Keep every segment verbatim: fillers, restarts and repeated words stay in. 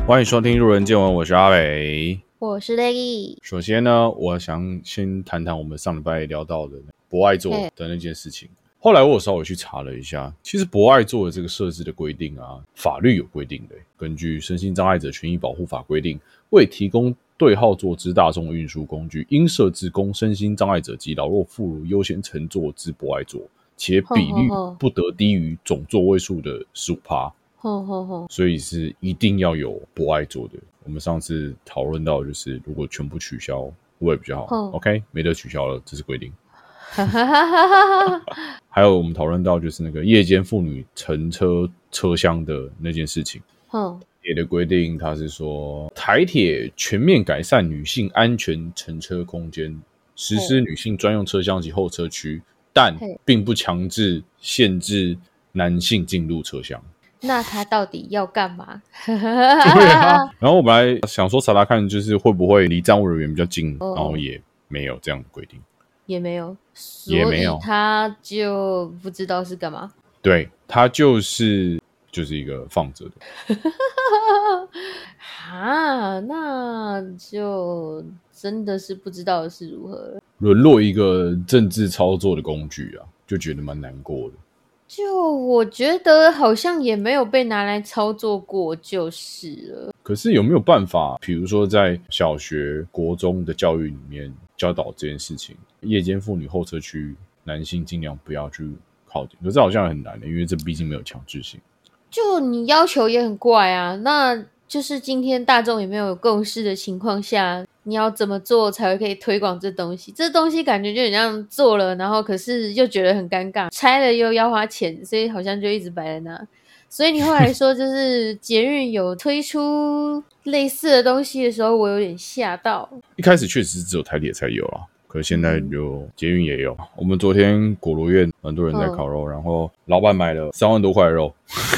欢迎收听路人见闻，我是阿磊， 我是 Leggy。 首先呢，我想先谈谈我们上礼拜聊到的博爱座的那件事情。后来我有稍微去查了一下，其实博爱座的这个设置的规定啊，法律有规定的。根据《身心障碍者权益保护法》规定，为提供对号座之大众运输工具，应设置供身心障碍者及老弱妇孺优先乘坐之博爱座，且比率不得低于总座位数的 百分之十五。 吼吼吼， 所以是一定要有博爱座的。我们上次讨论到，就是如果全部取消，会不会比较好 ？OK， 没得取消了，这是规定。还有我们讨论到，就是那个夜间妇女乘车车厢的那件事情。铁的规定，它是说台铁全面改善女性安全乘车空间，实施女性专用车厢及候车区，但并不强制限制男性进入车厢。 那他到底要干嘛？ 对啊，然后我本来想说查查看，就是会不会离站务人员比较近，哦、然后也没有这样的规定， 也没有， 也没有， 所以他就不知道是干嘛。 对，他就是就是一个放着的。 啊，那就真的是不知道是如何了， 沦落一个政治操作的工具啊，就觉得蛮难过的。 就我觉得好像也没有被拿来操作过就是了。 可是有没有办法，比如说在小学国中的教育里面教导这件事情，夜间妇女候车区男性尽量不要去靠近，可是好像很难的，因为这毕竟没有强制性。 就你要求也很怪啊，那就是今天大众也没有共识的情况下，你要怎么做才会可以推广这东西？这东西感觉就很像做了，然后可是又觉得很尴尬，拆了又要花钱，所以好像就一直摆在那。所以你后来说就是捷运有推出类似的东西的时候，我有点吓到。 一开始确实只有台铁才有啦，可是现在就捷运也有。我们昨天果螺苑很多人在烤肉，嗯、然后老板买了三万多块的肉。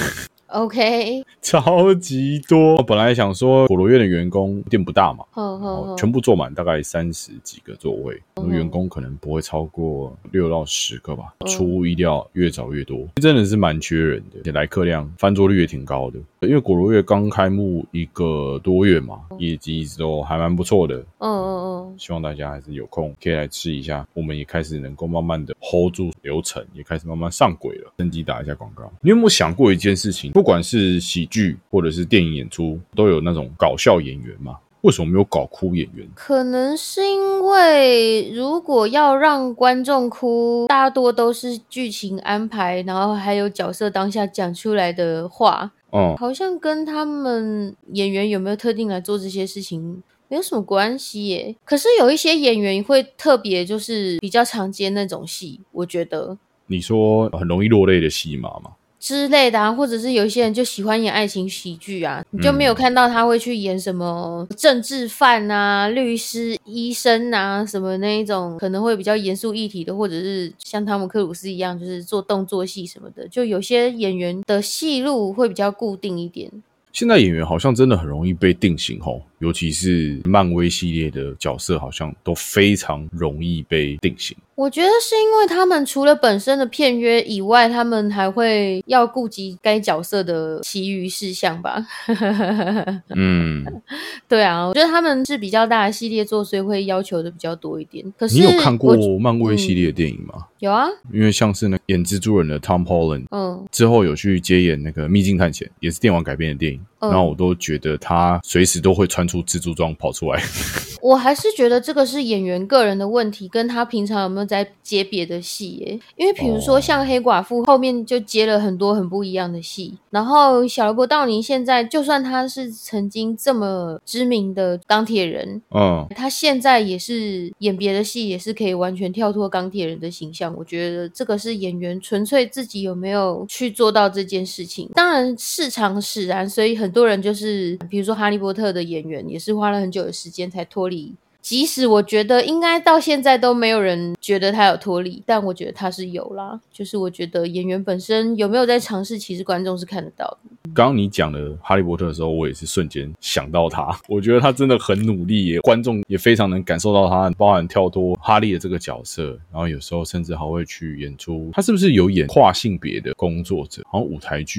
OK， 超级多。本来想说果螺苑的员工店不大嘛， 呵呵呵全部坐满，大概三十几个座位，员工可能不会超过六到十个吧。出乎意料，越找越多，真的是蛮缺人的，来客量翻桌率也挺高的。因为果螺苑刚开幕一个多月嘛，业绩一直都还蛮不错的。 嗯嗯嗯， 希望大家还是有空可以来吃一下。我们也开始能够慢慢的 hold 住流程，也开始慢慢上轨了。趁机打一下广告。你有没有想过一件事情？不管是喜剧或者是电影演出，都有那种搞笑演员嘛？为什么没有搞哭演员？ 可能是因为如果要让观众哭，大多都是剧情安排，然后还有角色当下讲出来的话，嗯，好像跟他们演员有没有特定来做这些事情没有什么关系耶。可是有一些演员会特别就是比较常接那种戏，我觉得。 你说很容易落泪的戏码吗？ 之类的啊，或者是有一些人就喜欢演爱情喜剧啊，你就没有看到他会去演什么政治犯啊、律师、医生啊什么那一种可能会比较严肃议题的，或者是像汤姆克鲁斯一样就是做动作戏什么的，就有些演员的戏路会比较固定一点。 现在演员好像真的很容易被定型吼，尤其是漫威系列的角色好像都非常容易被定型。 我觉得是因为他们除了本身的片约以外，他们还会要顾及该角色的其余事项吧。嗯，对啊，我觉得他们是比较大的系列作，所以会要求的比较多一点。可是你有看过漫威系列的电影吗？嗯、 有啊， 因为像是那演蜘蛛人的 Tom Holland， 嗯，之后有去接演那个《秘境探险》，也是电玩改编的电影，嗯、然后我都觉得他随时都会穿出蜘蛛装跑出来。 我还是觉得这个是演员个人的问题，跟他平常有没有在接别的戏耶。因为比如说像黑寡妇后面就接了很多很不一样的戏，然后小罗伯道尼现在就算他是曾经这么知名的钢铁人，嗯，他现在也是演别的戏，也是可以完全跳脱钢铁人的形象。我觉得这个是演员纯粹自己有没有去做到这件事情。当然市场使然，所以很多人就是比如说哈利波特的演员也是花了很久的时间才脱离，即使我觉得应该到现在都没有人觉得他有脱离，但我觉得他是有啦。就是我觉得演员本身有没有在尝试，其实观众是看得到的。 刚刚你讲的哈利波特的时候，我也是瞬间想到他，我觉得他真的很努力耶，观众也非常能感受到他，包含跳脱哈利的这个角色，然后有时候甚至还会去演出，他是不是有演跨性别的工作者，好像舞台剧吧，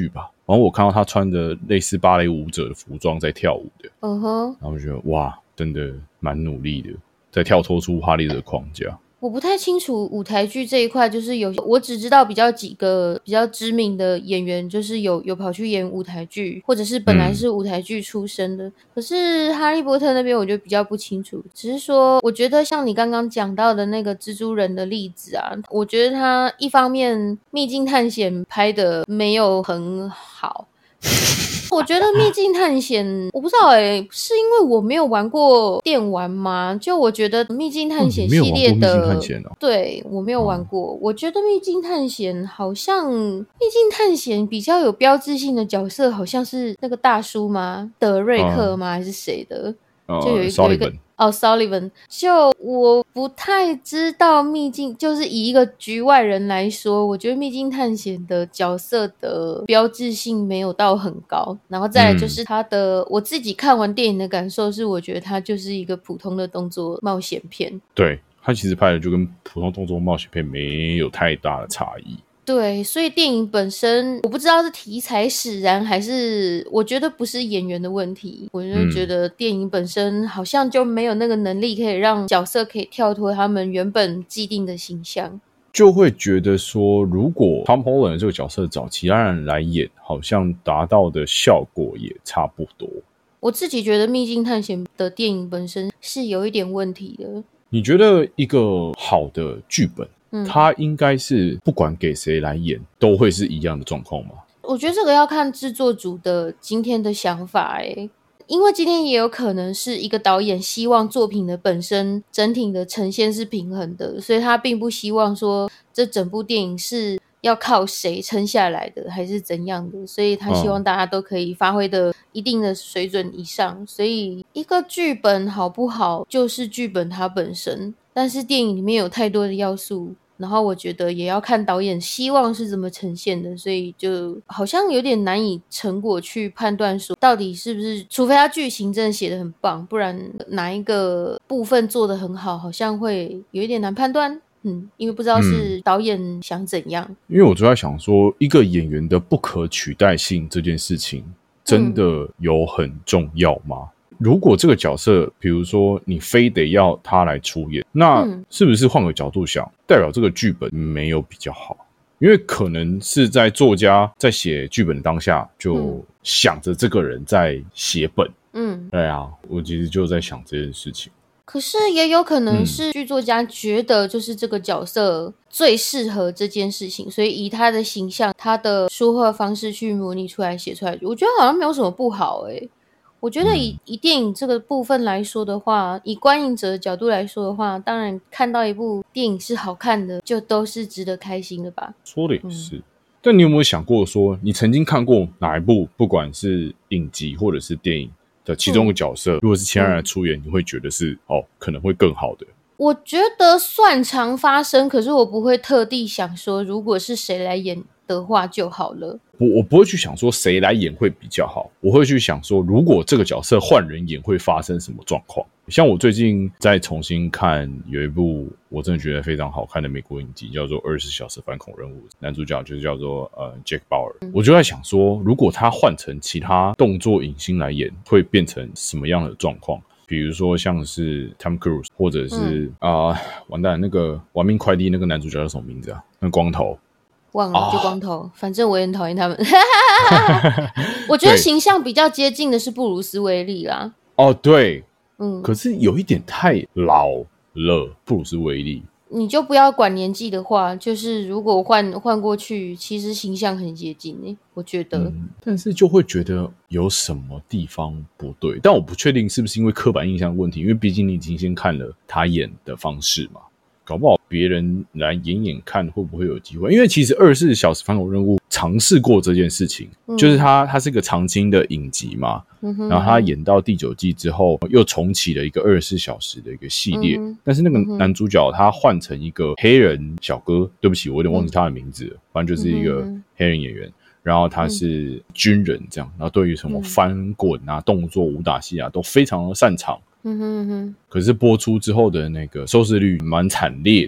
然后我看到他穿着类似芭蕾舞者的服装在跳舞的， 嗯哼， 然后我觉得哇，真的蛮努力的，在跳脱出哈利的框架。 我不太清楚舞台剧这一块，就是有我只知道比较几个比较知名的演员，就是有有跑去演舞台剧，或者是本来是舞台剧出身的。嗯、可是哈利波特那边我就比较不清楚，只是说我觉得像你刚刚讲到的那个蜘蛛人的例子啊，我觉得他一方面秘境探险拍的没有很好。我觉得秘境探险我不知道诶、欸、是因为我没有玩过电玩吗？就我觉得秘境探险系列的、哦、 秘境探险哦、 对，我没有玩过、哦、我觉得秘境探险好像秘境探险比较有标志性的角色好像是那个大叔吗？德瑞克吗、哦、还是谁的？就有一个、 呃、 有一个哦 Sullivan， 就我不太知道秘境，就是以一个局外人来说，我觉得秘境探险的角色的标志性没有到很高，然后再来就是他的、嗯、我自己看完电影的感受是我觉得他就是一个普通的动作冒险片， 对，他其实拍的就跟普通动作冒险片没有太大的差异。 对，所以电影本身我不知道是题材使然还是我觉得不是演员的问题，我就觉得电影本身好像就没有那个能力可以让角色可以跳脱他们原本既定的形象， 就会觉得说如果 Tom Holland 这个角色找其他人来演好像达到的效果也差不多。 我自己觉得秘境探险的电影本身是有一点问题的。 你觉得一个好的剧本它应该是不管给谁来演都会是一样的状况吗？ 我觉得这个要看制作组的今天的想法耶，因为今天也有可能是一个导演希望作品的本身整体的呈现是平衡的，所以他并不希望说这整部电影是要靠谁撑下来的还是怎样的，所以他希望大家都可以发挥的一定的水准以上、嗯、所以一个剧本好不好就是剧本它本身，但是电影里面有太多的要素，然后我觉得也要看导演希望是怎么呈现的，所以就好像有点难以成果去判断说到底是不是，除非他剧情真的写得很棒，不然哪一个部分做得很好好像会有一点难判断。嗯，因为不知道是导演想怎样、嗯、 因为我就在想说一个演员的不可取代性这件事情真的有很重要吗、嗯，如果这个角色比如说你非得要他来出演，那是不是换个角度想、嗯、代表这个剧本没有比较好，因为可能是在作家在写剧本当下就想着这个人在写本。嗯，对啊，我其实就在想这件事情。 可是也有可能是剧作家觉得就是这个角色最适合这件事情、嗯、所以以他的形象他的说话方式去模拟出来写出来，我觉得好像没有什么不好诶、欸。我觉得以、嗯、以电影这个部分来说的话，以观影者的角度来说的话，当然看到一部电影是好看的就都是值得开心的吧。 说的也是、嗯、但你有没有想过说你曾经看过哪一部不管是影集或者是电影的其中一个角色、嗯、如果是其他人来出演、嗯、你会觉得是哦可能会更好的？ 我觉得算常发生，可是我不会特地想说如果是谁来演的话就好了。 我我不会去想说谁来演会比较好，我会去想说如果这个角色换人演会发生什么状况。像我最近在重新看有一部我真的觉得非常好看的美国影集，叫做二十四小时反恐任务，男主角就是叫做呃 Jack Bauer、嗯、我就在想说如果他换成其他动作影星来演会变成什么样的状况，比如说像是 Tom Cruise 或者是啊、嗯呃、完蛋那个玩命快递那个男主角叫什么名字啊？那光头忘了就光头、哦、反正我也很讨厌他们我觉得形象比较接近的是布鲁斯威利啦。 哦对，嗯，可是有一点太老了，布鲁斯威利你就不要管年纪的话，就是如果换换过去其实形象很接近耶，我觉得、嗯、 但是就会觉得有什么地方不对，但我不确定是不是因为刻板印象的问题，因为毕竟你已经先看了他演的方式嘛，搞不好别人来演演看会不会有机会。因为其实二十四小时反恐任务尝试过这件事情、嗯、就是他他是个长青的影集嘛、嗯、然后他演到第九季之后又重启了一个二十四小时的一个系列、嗯、但是那个男主角他换成一个黑人小哥，对不起我有点忘记他的名字了、嗯、反正就是一个黑人演员，然后他是军人这样，然后对于什么翻滚啊、动作武打戏啊都非常的擅长。嗯哼哼，可是播出之后的那个收视率蛮惨烈的，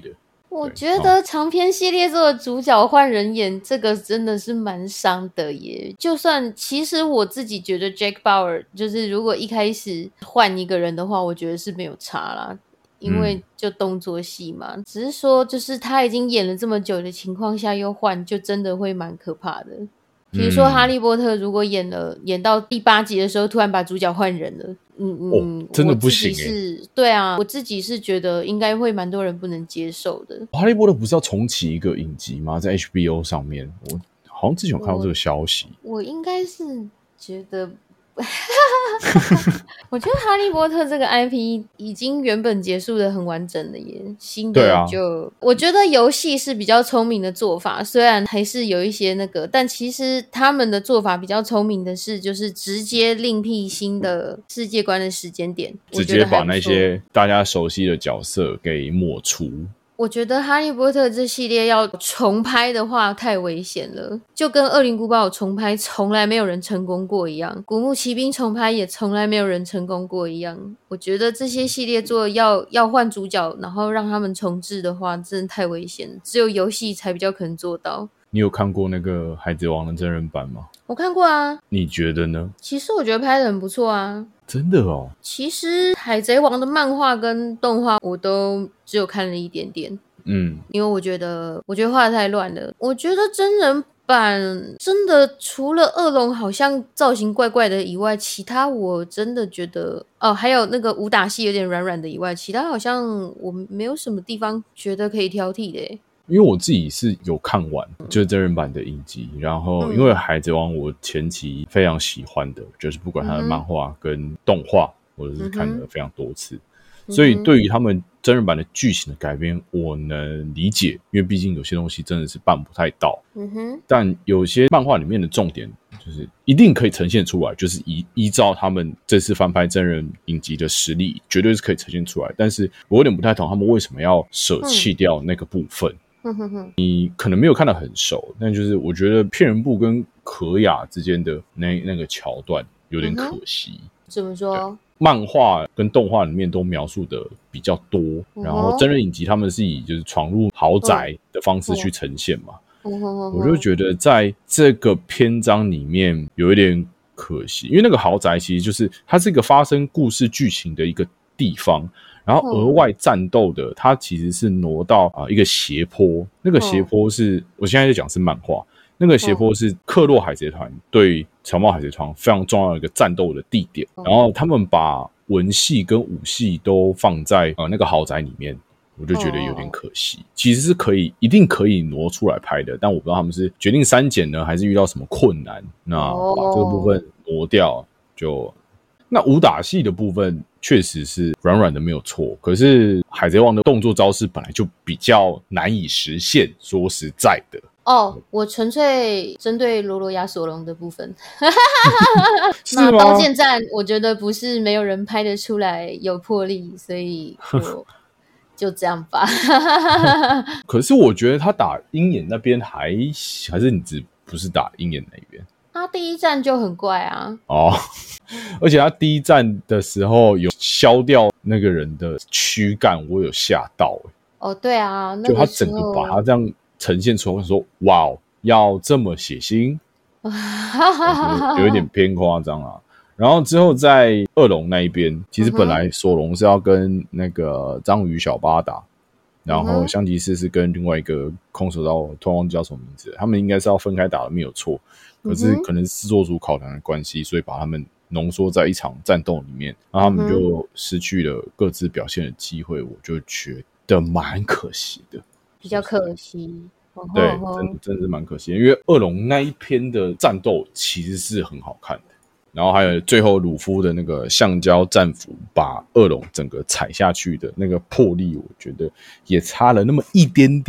我觉得长篇系列做的主角换人演，这个真的是蛮伤的耶。就算其实我自己觉得 Jack Bauer 就是如果一开始换一个人的话，我觉得是没有差啦，因为就动作戏嘛、嗯、只是说就是他已经演了这么久的情况下又换，就真的会蛮可怕的。比如说哈利波特如果演了演到第八集的时候突然把主角换人了，嗯嗯、 哦，真的不行欸、是对啊，我自己是觉得应该会蛮多人不能接受的。 哈利波特不是要重启一个影集吗？在 H B O 上面，我好像之前有看到这个消息。 我, 我应该是觉得我觉得哈利波特这个 I P 已经原本结束的很完整了耶，新的就、啊、我觉得游戏是比较聪明的做法，虽然还是有一些那个，但其实他们的做法比较聪明的是就是直接另辟新的世界观的时间点， 直接把那些大家熟悉的角色给抹除。 我觉得哈利波特这系列要重拍的话太危险了，就跟恶灵古堡重拍从来没有人成功过一样，古墓奇兵重拍也从来没有人成功过一样。我觉得这些系列做要要换主角然后让他们重置的话真的太危险了，只有游戏才比较可能做到。 你有看过那个海贼王的真人版吗？ 我看过啊。你觉得呢？ 其实我觉得拍得很不错啊。 真的哦？ 其实海贼王的漫画跟动画我都只有看了一点点，嗯，因为我觉得我觉得画得太乱了。我觉得真人版真的除了恶龙好像造型怪怪的以外，其他我真的觉得哦，还有那个武打戏有点软软的以外，其他好像我没有什么地方觉得可以挑剔的耶。 因为我自己是有看完就是真人版的影集，然后因为海贼王我前期非常喜欢的，就是不管他的漫画跟动画我都是看了非常多次、嗯、所以对于他们真人版的剧情的改编我能理解，因为毕竟有些东西真的是办不太到、嗯、哼，但有些漫画里面的重点就是一定可以呈现出来，就是依依照他们这次翻拍真人影集的实力绝对是可以呈现出来，但是我有点不太懂他们为什么要舍弃掉那个部分、嗯，你可能没有看得很熟，但就是我觉得骗人部跟可雅之间的那那个桥段有点可惜、嗯、 怎么说？ 漫画跟动画里面都描述的比较多、嗯、然后真人影集他们是以就是闯入豪宅的方式去呈现嘛、嗯嗯、我就觉得在这个篇章里面有一点可惜，因为那个豪宅其实就是它是一个发生故事剧情的一个地方，然后额外战斗的它其实是挪到、呃、一个斜坡，那个斜坡是、嗯、我现在在讲是漫画，那个斜坡是克洛海贼团对草帽海贼团非常重要的一个战斗的地点，然后他们把文戏跟武戏都放在、呃、那个豪宅里面，我就觉得有点可惜。其实是可以一定可以挪出来拍的，但我不知道他们是决定删减呢还是遇到什么困难，那把这个部分挪掉。就那武打戏的部分确实是软软的没有错，可是海贼王的动作招式本来就比较难以实现，说实在的哦，我纯粹针对罗罗亚索隆的部分那刀剑战我觉得不是没有人拍得出来有魄力，所以就就这样吧可是我觉得他打鹰眼那边还还是你只不是打鹰眼那边， 他第一站就很怪啊哦，而且他第一站的时候有削掉那个人的躯干，我有吓到、欸、 哦对啊，那个就他整个把他这样呈现出来，说哇，要这么血腥有一点偏夸张啊。然后之后在恶龙那一边，其实本来索隆是要跟那个章鱼小巴打，然后香吉士是跟另外一个空手道，我突然忘记叫什么名字了，他们应该是要分开打的没有错，可是可能是制作组考量的关系，所以把他们浓缩在一场战斗里面，然后他们就失去了各自表现的机会，我就觉得蛮可惜的， 比较可惜。 对，真真的是蛮可惜的，因为恶龙那一篇的战斗其实是很好看的，然后还有最后鲁夫的那个橡胶战斧把恶龙整个踩下去的那个魄力，我觉得也差了那么一点点。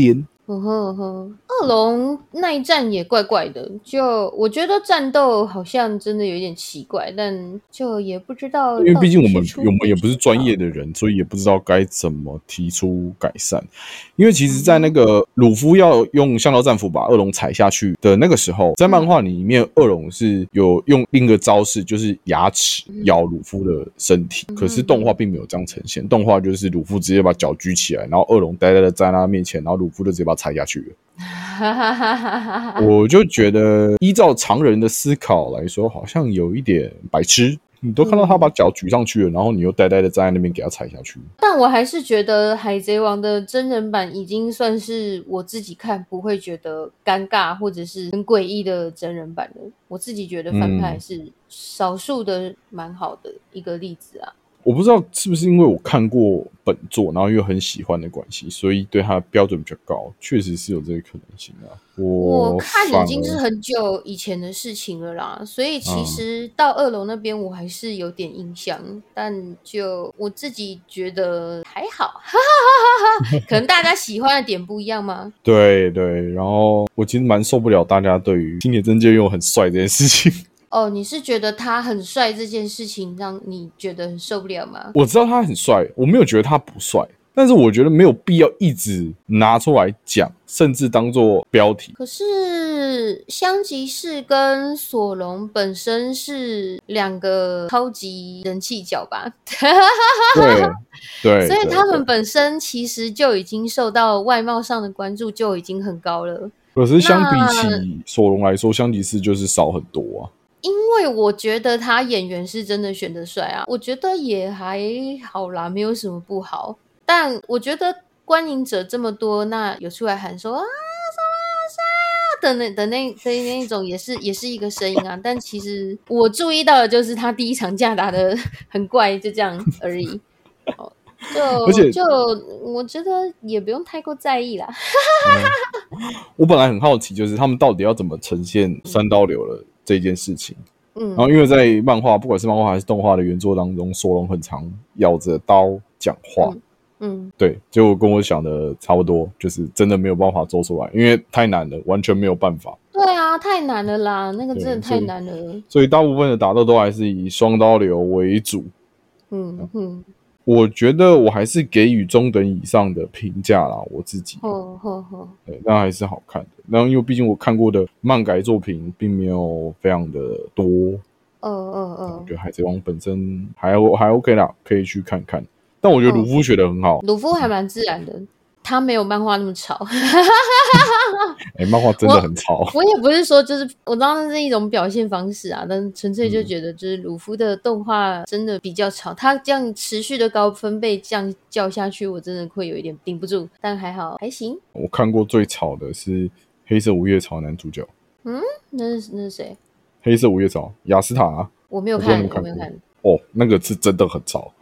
呵呵呵，恶龙那一战也怪怪的，就我觉得战斗好像真的有点奇怪，但就也不知道因为到底毕竟我们是出于我们也不是什么。 专业的人，所以也不知道该怎么提出改善。因为其实，在那个鲁夫要用香蕉战斧把恶龙踩下去的那个时候，在漫画里面，恶龙是有用另一个招式，就是牙齿咬鲁夫的身体。可是动画并没有这样呈现，动画就是鲁夫直接把脚举起来，然后恶龙呆呆的在他面前，然后鲁夫就直接把他踩下去了。我就觉得，依照常人的思考来说，好像有一点白痴。你都看到他把脚举上去了，然后你又呆呆的站在那边给他踩下去。 但我还是觉得《海贼王》的真人版已经算是我自己看不会觉得尴尬或者是很诡异的真人版了。我自己觉得反派是少数的蛮好的一个例子啊。 我不知道是不是因为我看过本作，然后又很喜欢的关系，所以对他的标准比较高，确实是有这个可能性啊。我我看已经是很久以前的事情了啦，所以其实到二楼那边我还是有点印象，嗯、但就我自己觉得还好，哈哈哈哈，可能大家喜欢的点不一样吗？ 对对，然后我其实蛮受不了大家对于青田真剑佑很帅这件事情。 哦，你是觉得他很帅这件事情让你觉得很受不了吗？ 我知道他很帅，我没有觉得他不帅，但是我觉得没有必要一直拿出来讲，甚至当做标题。 可是香吉士跟索隆本身是两个超级人气角吧？ 对对， 所以他们本身其实就已经受到外貌上的关注就已经很高了。 可是相比起索隆来说，香吉士就是少很多啊。 因为我觉得他演员是真的选得帅啊，我觉得也还好啦，没有什么不好。但我觉得观影者这么多，那有出来喊说啊什么帅啊的那的那的那种也是也是一个声音啊。但其实我注意到的就是他第一场架打的很怪，就这样而已。哦，就而且就我觉得也不用太过在意啦。 嗯、我本来很好奇，就是他们到底要怎么呈现三刀流了这件事情。嗯，然后因为在漫画，不管是漫画还是动画的原作当中，索隆很常咬着刀讲话。嗯，嗯对，结果跟我想的差不多，就是真的没有办法做出来，因为太难了，完全没有办法。 对啊，太难了啦，那个真的太难了。所以, 所以大部分的打斗都还是以双刀流为主。嗯嗯。我觉得我还是给予中等以上的评价啦，我自己。哦哦哦，对，那还是好看的。然后因为毕竟我看过的漫改作品并没有非常的多。嗯嗯嗯，我觉得海贼王本身还还 OK 啦，可以去看看。但我觉得鲁夫学得很好， 鲁夫还蛮自然的。他没有漫画那么吵。 哎、欸，漫画真的很吵。 我, 我也不是说就是我知道那是一种表现方式啊，但纯粹就觉得就是鲁夫的动画真的比较吵，他这样持续的高分贝这样叫下去，我真的会有一点顶不住。但还好还行。 我看过最吵的是黑色五叶草男主角。 嗯，那是那是谁？ 黑色五叶草雅斯塔、啊。 我没有看， 我, 看我没有看。 哦，那个是真的很吵。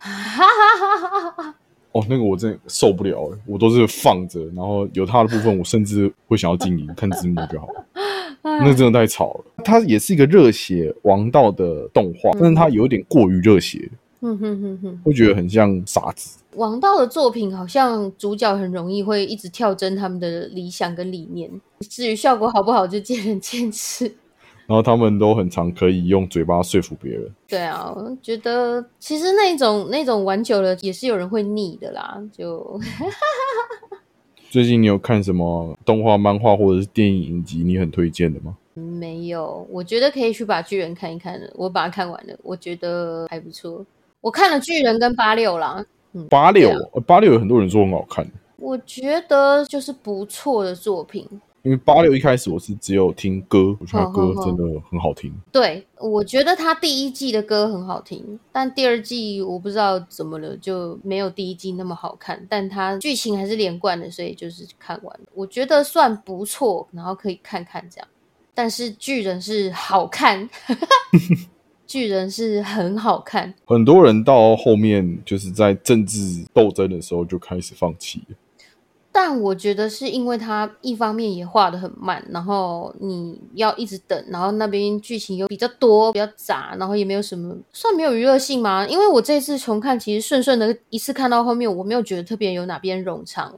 哦，那个我真的受不了，我都是放着，然后有他的部分，我甚至会想要静音看字幕就好了。那真的太吵了。它也是一个热血王道的动画，但是它有点过于热血，嗯哼哼哼，会觉得很像傻子。 王道的作品好像主角很容易会一直跳针他们的理想跟理念，至于效果好不好就见仁见智。 然后他们都很常可以用嘴巴说服别人。 对啊，我觉得其实那种那种玩久了也是有人会腻的啦。就最近你有看什么动画、漫画或者是电影影集你很推荐的吗？ 没有，我觉得可以去把巨人看一看了，我把它看完了，我觉得还不错。我看了巨人跟八六啦。 嗯、八六、啊、八六有很多人说很好看。 我觉得就是不错的作品。 因为八六一开始我是只有听歌，我觉得他歌真的很好听。 对，我觉得他第一季的歌很好听，但第二季我不知道怎么了，就没有第一季那么好看。但他剧情还是连贯的，所以就是看完了，我觉得算不错，然后可以看看这样。但是巨人是好看，巨人是很好看。 很多人到后面就是在政治斗争的时候就开始放弃了。 但我觉得是因为他一方面也画得很慢，然后你要一直等，然后那边剧情又比较多比较杂，然后也没有什么，算没有娱乐性吗？因为我这次重看其实顺顺的一次看到后面，我没有觉得特别有哪边冗长欸，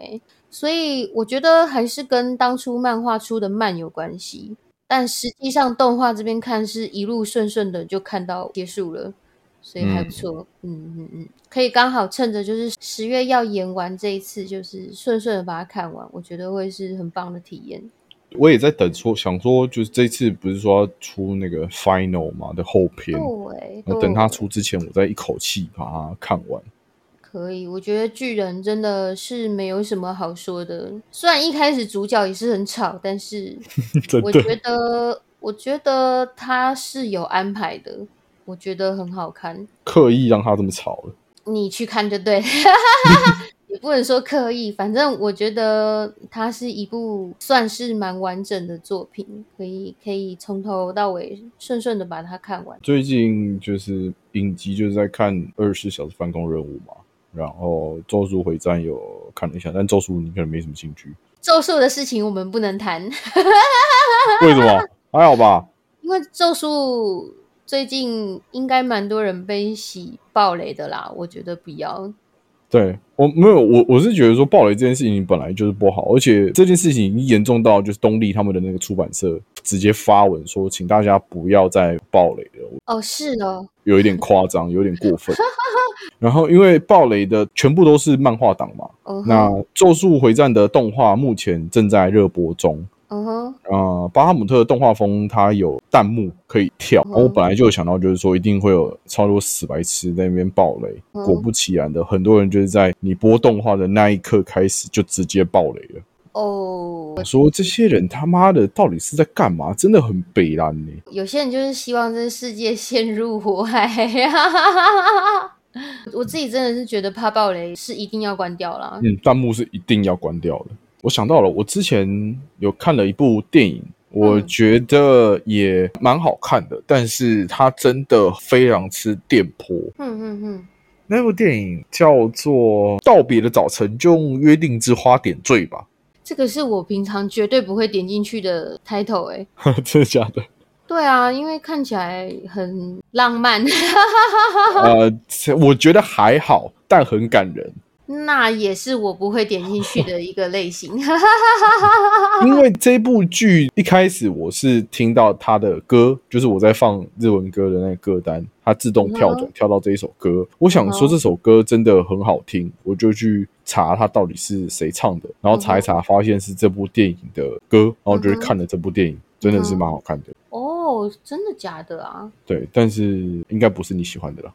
所以我觉得还是跟当初漫画出的慢有关系，但实际上动画这边看是一路顺顺的就看到结束了，所以还不错。嗯嗯嗯，可以刚好趁着就是十月要演完这一次，就是顺顺的把它看完，我觉得会是很棒的体验。 我也在等说，想说就是这次不是说要出那个 final 嘛的后篇， 对， 那等它出之前，我再一口气把它看完。 可以，我觉得巨人真的是没有什么好说的。虽然一开始主角也是很吵，但是我觉得，我觉得他是有安排的，我觉得很好看。 刻意让他这么吵了， 你去看就对了。也不能说刻意，反正我觉得它是一部算是蛮完整的作品，可以可以从头到尾顺顺的把它看完。 最近就是影集就是在看《二十四小时翻工任务》嘛，然后《咒术回战》有看了一下，但咒术你可能没什么兴趣。 咒术的事情我们不能谈。 为什么？还好吧？ 因为咒术最近应该蛮多人被洗爆雷的啦，我觉得不要。 对，我没有，我我是觉得说爆雷这件事情本来就是不好，而且这件事情已经严重到就是东立他们的那个出版社直接发文说，请大家不要再爆雷了。 哦，是哦， 有一点夸张，有点过分。然后因为爆雷的全部都是漫画党嘛， uh-huh. 那咒术回战的动画目前正在热播中。 嗯哼， 呃，巴哈姆特的动画风它有弹幕可以跳， uh-huh. 我本来就有想到就是说一定会有超多死白痴在那边爆雷， uh-huh. 果不其然的，很多人就是在你播动画的那一刻开始就直接爆雷了。哦、oh. ，说这些人他妈的到底是在干嘛？真的很北蓝呢。 有些人就是希望这个世界陷入火海。我自己真的是觉得怕爆雷是一定要关掉啦。 嗯，弹幕是一定要关掉的。我想到了，我之前有看了一部电影，我觉得也蛮好看的，嗯、但是它真的非常吃电波。 嗯嗯嗯， 那部电影叫做《道别的早晨》，就用约定之花点缀吧。 这个是我平常绝对不会点进去的 title 欸。 真的假的？ 对啊，因为看起来很浪漫。 呃，我觉得还好，但很感人。 那也是我不会点进去的一个类型。 因为这部剧一开始我是听到它的歌，就是我在放日文歌的那个歌单，它自动跳转、uh-huh. 跳到这一首歌，我想说这首歌真的很好听， uh-huh. 我就去查它到底是谁唱的，然后查一查发现是这部电影的歌，然后就去看了这部电影， uh-huh. 真的是蛮好看的。 哦、uh-huh. ，oh, 真的假的啊？ 对，但是应该不是你喜欢的啦。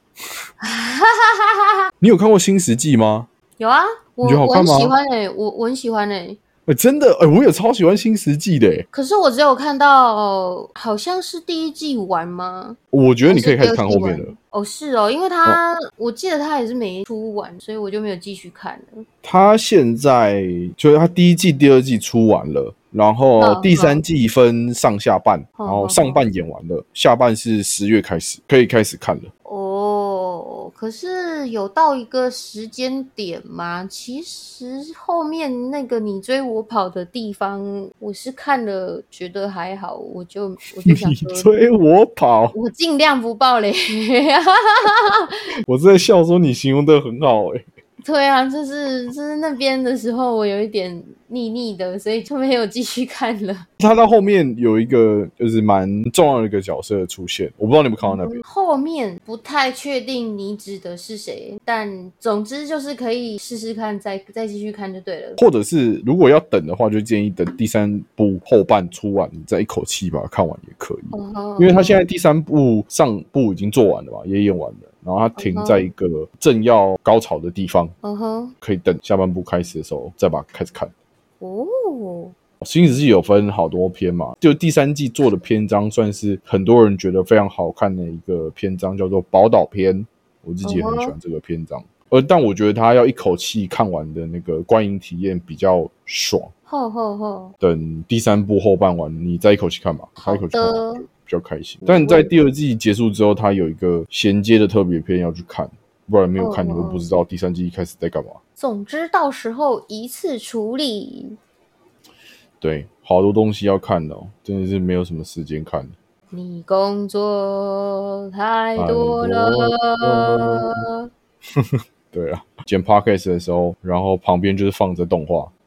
你有看过《新石纪》吗？ 有啊，我你觉得好看吗？ 我很喜欢诶、欸，我我很喜欢诶、欸欸，真的欸，我也超喜欢新石纪的欸。 可是我只有看到好像是第一季完吗？ 我觉得你可以开始看后面的。 哦，是哦，因为他、哦、我记得他也是没出完，所以我就没有继续看了。 他现在就是他第一季第二季出完了，然后第三季分上下半， 哦、 然后上半演完了，哦、下半是十月开始可以开始看了。 哦，可是有到一个时间点吗？其实后面那个你追我跑的地方，我是看了觉得还好，我就我就想说你追我跑， 我尽量不爆雷。 我是在笑说你形容的很好欸。 对啊，就是就是那边的时候我有一点腻腻的，所以就没有继续看了。 他到后面有一个就是蛮重要的一个角色的出现，我不知道你们看到那边、 嗯、后面不太确定你指的是谁，但总之就是可以试试看，再再继续看就对了。 或者是如果要等的话，就建议等第三部后半出完，你再一口气把它看完也可以。哦、因为他现在第三部上部已经做完了嘛，也演完了。然后它停在一个正要高潮的地方， uh-huh. 可以等下半部开始的时候再把它开始看。哦，新石纪有分好多篇嘛，就第三季做的篇章算是很多人觉得非常好看的一个篇章，叫做宝岛篇。我自己也很喜欢这个篇章， uh-huh. 而但我觉得它要一口气看完的那个观影体验比较爽。 呵呵呵， 等第三部后半完，你再一口气看吧，他一口气看完。比较开心，但在第二季结束之后，它有一个衔接的特别篇要去看，不然没有看你会不知道第三季一开始在干嘛。 总之到时候一次处理。 对，好多东西要看哦，真的是没有什么时间看。 你工作太多了。 对啊，剪 podcast 的时候，然后旁边就是放着动画。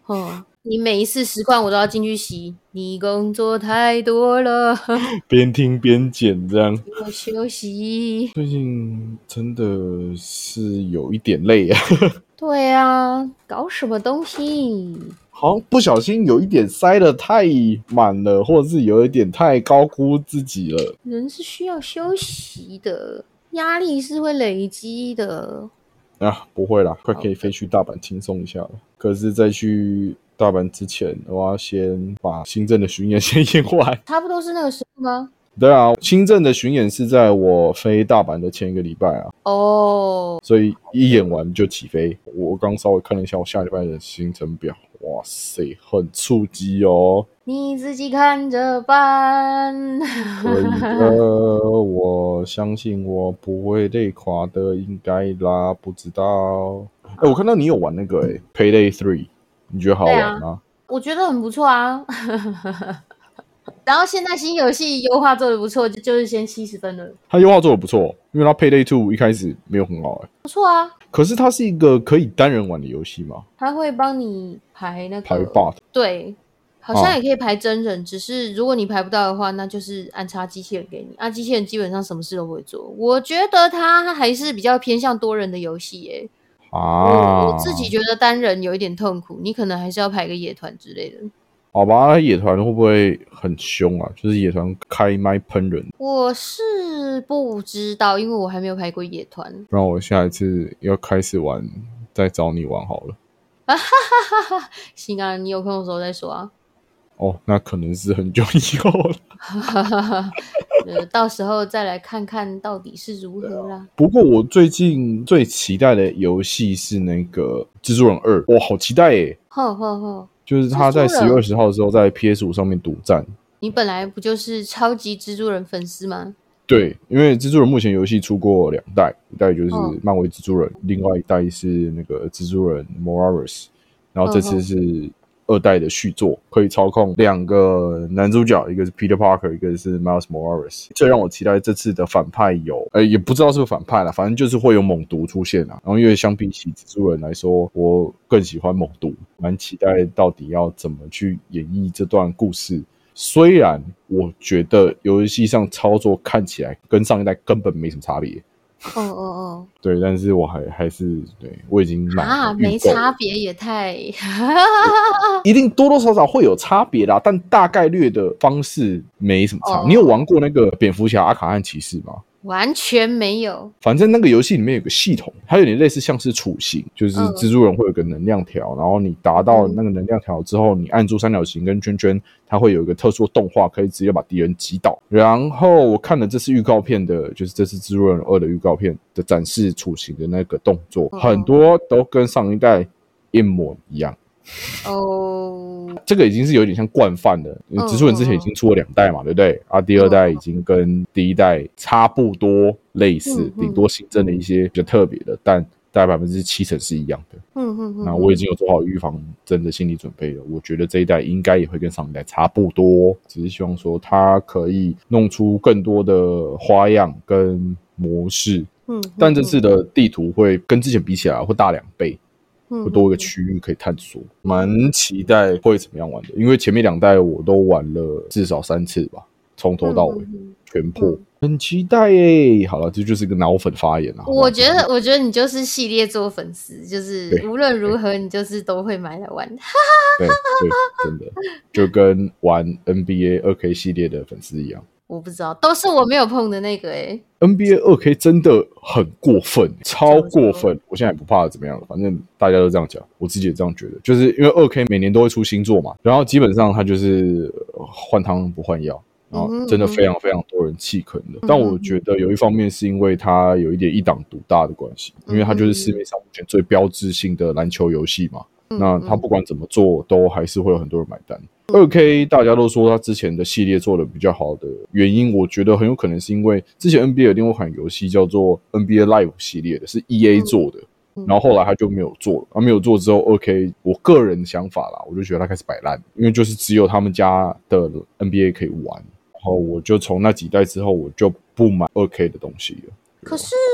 哦，你每一次实况我都要进去洗，你工作太多了， 边听边剪这样。 给我休息。 最近真的是有一点累啊。 对啊，搞什么东西？ 好像不小心有一点塞得太满了，或者是有一点太高估自己了。 人是需要休息的，压力是会累积的。 啊，不会啦，快可以飞去大阪轻松一下了。可是，在去大阪之前，我要先把新政的巡演先演完。 差不多是那个时候吗？ 对啊，新政的巡演是在我飞大阪的前一个礼拜啊。 哦， 所以一演完就起飞。我刚稍微看了一下我下礼拜的行程表，哇塞，很刺激哦。 你自己看着办。 可以的，我相信我不会累垮的，应该啦，不知道。哎、欸，我看到你有玩那个哎、欸、，Payday Three， 你觉得好玩吗？ 啊、我觉得很不错啊。然后现在新游戏优化做的不错，就就是先七十分了。 它优化做的不错，因为它 Payday Two 一开始没有很好哎、欸， 不错啊。 可是它是一个可以单人玩的游戏吗？ 它会帮你排那个排 bot， 对。好像也可以排真人、啊，只是如果你排不到的话，那就是安插机器人给你。啊，机器人基本上什么事都不会做。我觉得它还是比较偏向多人的游戏耶。 啊我，我自己觉得单人有一点痛苦，你可能还是要排个野团之类的。 好吧，野团会不会很凶啊？就是野团开麦喷人。 我是不知道，因为我还没有排过野团。 不然我下一次要开始玩，再找你玩好了。 啊哈哈哈哈！行啊，你有空的时候再说啊。 哦，那可能是很久以后了。 呃，到时候再来看看到底是如何啦。 不过我最近最期待的游戏是那个《蜘蛛人二》，哇，好期待耶！ 呵呵呵， 就是他在十月二十号的时候在 P S 五 上面独占。 你本来不就是超级蜘蛛人粉丝吗？ 对，因为蜘蛛人目前游戏出过两代，一代就是漫威蜘蛛人，哦、另外一代是那个蜘蛛人 Morales， 然后这次是二代的续作，可以操控两个男主角，一个是 Peter Parker， 一个是 Miles Morales。最让我期待这次的反派有，呃，也不知道是不是反派啦，反正就是会有猛毒出现啊。然后因为相比起蜘蛛人来说，我更喜欢猛毒，蛮期待到底要怎么去演绎这段故事。虽然我觉得游戏上操作看起来跟上一代根本没什么差别， 哦哦哦， 对，但是我还还是对我已经买了啊，没差别也太， 一定多多少少会有差别啦，但大概率的方式没什么差。Oh. 你有玩过那个蝙蝠侠阿卡汉骑士吗？ 完全没有。 反正那个游戏里面有个系统，它有点类似像是处刑，就是蜘蛛人会有个能量条，然后你达到那个能量条之后，你按住三角形跟圈圈，它会有一个特殊的动画，可以直接把敌人击倒。然后我看了这次预告片的，就是这次蜘蛛人二的预告片的展示处刑的那个动作，很多都跟上一代一模一样。 哦， oh. 这个已经是有点像惯犯了。蜘蛛人之前已经出了两代嘛， oh. 对不对？啊，第二代已经跟第一代差不多类似，顶、嗯嗯、多新增了一些比较特别的，但大概百分之七成是一样的。嗯嗯嗯。那我已经有做好预防针的心理准备了。我觉得这一代应该也会跟上一代差不多，只是希望说它可以弄出更多的花样跟模式。嗯，但这次的地图会跟之前比起来会大两倍。会多一个区域可以探索，蛮期待会怎么样玩的。因为前面两代我都玩了至少三次吧，从头到尾、嗯、全破、嗯，很期待耶。好了，这就是个脑粉发言啦。 我觉得，我觉得你就是系列作粉丝，就是无论如何你就是都会买来玩。 对对，真的就跟玩 N B A 二 K 系列的粉丝一样。 我不知道，都是我没有碰的那个欸。 N B A 二 K 真的很过分，超过分。我现在也不怕怎么样了，反正大家都这样讲，我自己也这样觉得。就是因为 二 K 每年都会出新作嘛，然后基本上它就是换汤不换药，然后真的非常非常多人弃坑的。但我觉得有一方面是因为它有一点一党独大的关系，因为它就是市面上目前最标志性的篮球游戏嘛。那它不管怎么做，都还是会有很多人买单。二 K 大家都说他之前的系列做的比较好的原因，我觉得很有可能是因为之前 N B A 有另外一款游戏叫做 N B A Live 系列的，是 E A 做的，然后后来他就没有做了。他没有做之后 二 K 我个人想法啦，我就觉得他开始摆烂，因为就是只有他们家的 N B A 可以玩，然后我就从那几代之后我就不买二 K 的东西了。 可是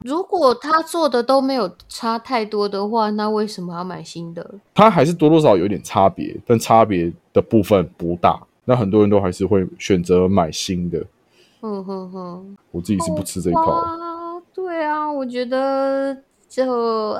如果他做的都没有差太多的话，那为什么要买新的？ 它还是多多少少有点差别，但差别的部分不大。那很多人都还是会选择买新的。 哼哼哼， 我自己是不吃这一套。 哇，对啊，我觉得就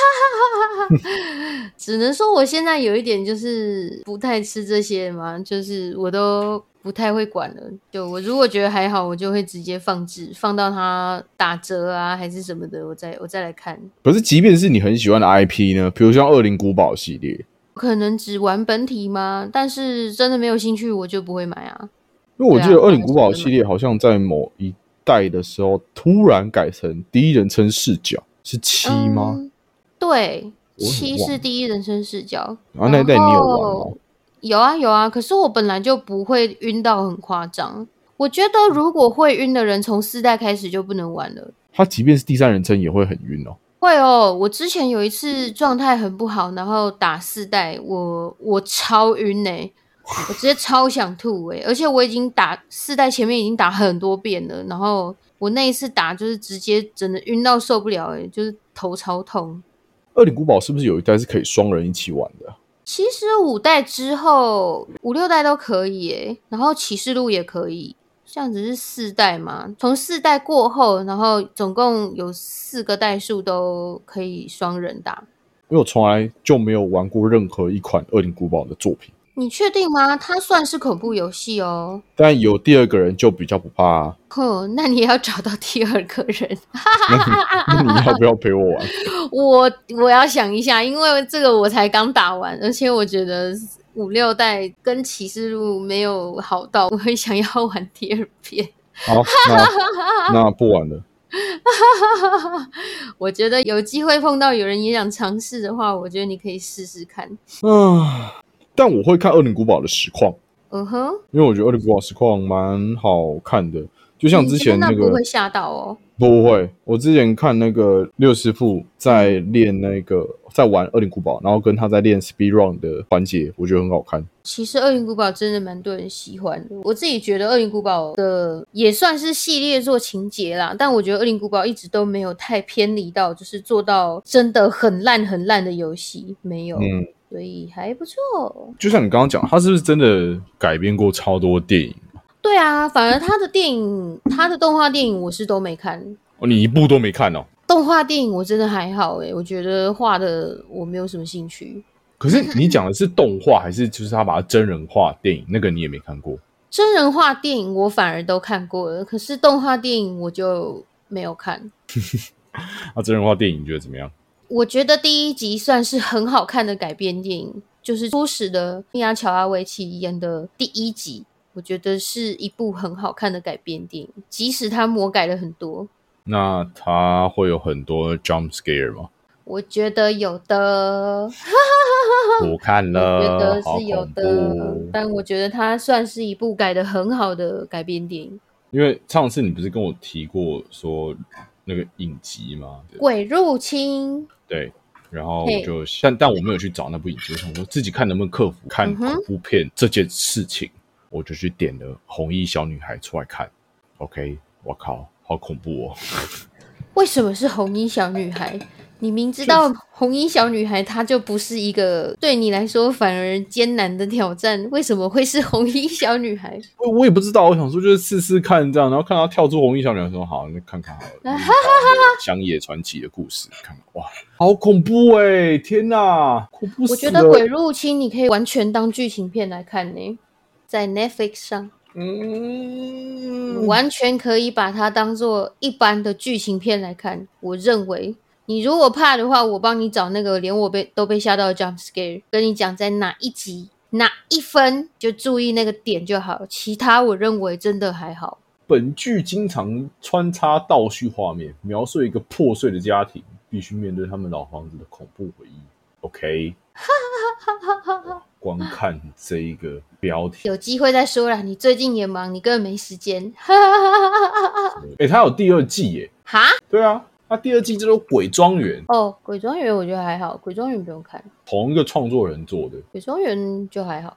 只能说我现在有一点就是不太吃这些嘛，就是我都不太会管了。就我如果觉得还好，我就会直接放置，放到它打折啊还是什么的，我再我再来看。 可是即便是你很喜欢的 I P 呢，比如像恶灵古堡系列， 可能只玩本体吗？但是真的没有兴趣，我就不会买啊。 因为我记得恶灵古堡系列好像在某一代的时候突然改成第一人称视角，是七吗？ 嗯、对，七是第一人称视角。 然后那一代你有玩吗？ 有啊有啊，可是我本来就不会晕到很夸张。我觉得如果会晕的人，从四代开始就不能玩了。 他即便是第三人称也会很晕哦。 会哦，我之前有一次状态很不好，然后打四代，我我超晕欸，我直接超想吐欸，而且我已经打四代前面已经打很多遍了，然后我那一次打就是直接真的晕到受不了欸，就是头超痛。 恶灵古堡是不是有一代是可以双人一起玩的？ 其实五代之后五六代都可以耶，然后启示录也可以，这样子是四代嘛？从四代过后，然后总共有四个代数都可以双人打。 因为我从来就没有玩过任何一款恶灵古堡的作品。 你确定吗？它算是恐怖游戏哦。 但有第二个人就比较不怕啊。 哼，那你也要找到第二个人。 那你那你要不要陪我玩？ 我我要想一下，因为这个我才刚打完，而且我觉得五六代跟启示录没有好到，我会想要玩第二遍。 好，那那不玩了。 我觉得有机会碰到有人也想尝试的话，我觉得你可以试试看。 嗯，但我会看恶灵古堡的实况。 嗯哼， 因为我觉得恶灵古堡实况蛮好看的，就像之前那个那不会吓到哦。 不会，我之前看那个六师傅在练那个在玩恶灵古堡，然后跟他在练 speed run 的环节，我觉得很好看。 其实恶灵古堡真的蛮多人喜欢的，我自己觉得恶灵古堡的也算是系列作情节啦，但我觉得恶灵古堡一直都没有太偏离到就是做到真的很烂很烂的游戏，没有。嗯，所以还不错。 就像你刚刚讲，他是不是真的改编过超多电影？ 对啊，反而他的电影，他的动画电影我是都没看。 哦，你一部都没看哦？ 动画电影我真的还好诶，我觉得画的我没有什么兴趣。 可是你讲的是动画，还是就是他把它真人化电影？那个你也没看过？ 真人化电影我反而都看过了，可是动画电影我就没有看。 那真人化电影你觉得怎么样？ 我觉得第一集算是很好看的改编电影，就是初始的米娅乔阿维奇演的第一集。我觉得是一部很好看的改编电影，即使它魔改了很多。 那它会有很多 jump scare 吗？ 我觉得有的。 我看了， 我觉得是有的，但我觉得它算是一部改得很好的改编电影。 因为上次你不是跟我提过说那个影集吗？ 鬼入侵。 对。然后我就但但我没有去找那部影集，我想说自己看能不能克服看恐怖片这件事情。我就去点了红衣小女孩出来看 OK， 我靠好恐怖哦。 为什么是红衣小女孩？你明知道红衣小女孩她就不是一个对你来说反而艰难的挑战，为什么会是红衣小女孩？ 我我也不知道，我想说就是试试看这样，然后看她跳出红衣小女孩说好，那看看好了。乡野传奇的故事，看哇，好恐怖哎、欸！天哪，恐怖死了！ 我觉得鬼入侵你可以完全当剧情片来看呢，在 Netflix 上。嗯，完全可以把它当做一般的剧情片来看。我认为你如果怕的话，我帮你找那个连我被都被吓到的 jump scare， 跟你讲在哪一集哪一分，就注意那个点就好，其他我认为真的还好。 本剧经常穿插倒叙画面，描述一个破碎的家庭必须面对他们老房子的恐怖回忆。OK， 光看这一个标题， 有机会再说啦。你最近也忙，你根本没时间。 哎、欸，他有第二季耶！ 哈？ 对啊，他第二季叫做《鬼庄园》。 哦，鬼庄园我觉得还好，鬼庄园不用看， 同一个创作人做的， 鬼庄园就还好。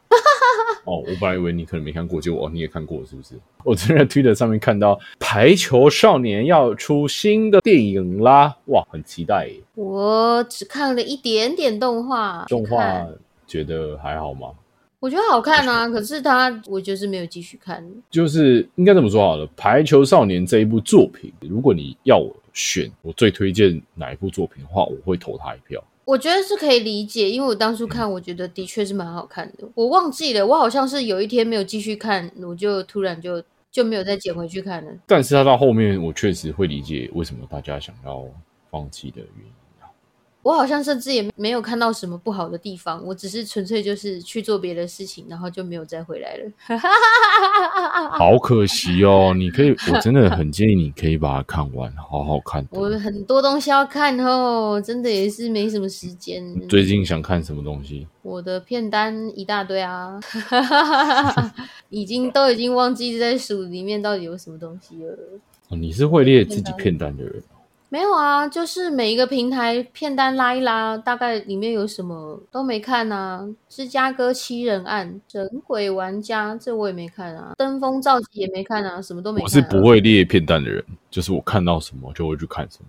哦，我本来以为你可能没看过，结果哦你也看过是不是？我昨天在 Twitter 上面看到《排球少年》要出新的电影啦，哇，很期待耶。 我只看了一点点动画， 动画觉得还好吗？ 我觉得好看啊，可是他我就是没有继续看。 就是应该这么说好了，《排球少年》这一部作品，如果你要我选我最推荐哪一部作品的话，我会投他一票。 我觉得是可以理解，因为我当初看，我觉得的确是蛮好看的。我忘记了，我好像是有一天没有继续看，我就突然就就没有再捡回去看了。 但是他到后面，我确实会理解为什么大家想要放弃的原因。 我好像甚至也没有看到什么不好的地方，我只是纯粹就是去做别的事情，然后就没有再回来了。 好可惜哦！你可以，我真的很建议你可以把它看完，好好看。 我很多东西要看哦，真的也是没什么时间。 最近想看什么东西？ 我的片单一大堆啊，已经都已经忘记在数里面到底有什么东西了。 哦，你是会列自己片单的人？ 没有啊，就是每一个平台片单拉一拉，大概里面有什么都没看啊。芝加哥七人案、神鬼玩家，这我也没看啊。登峰造极也没看啊，什么都没看啊。 我是不会列片单的人，就是我看到什么就会去看什么。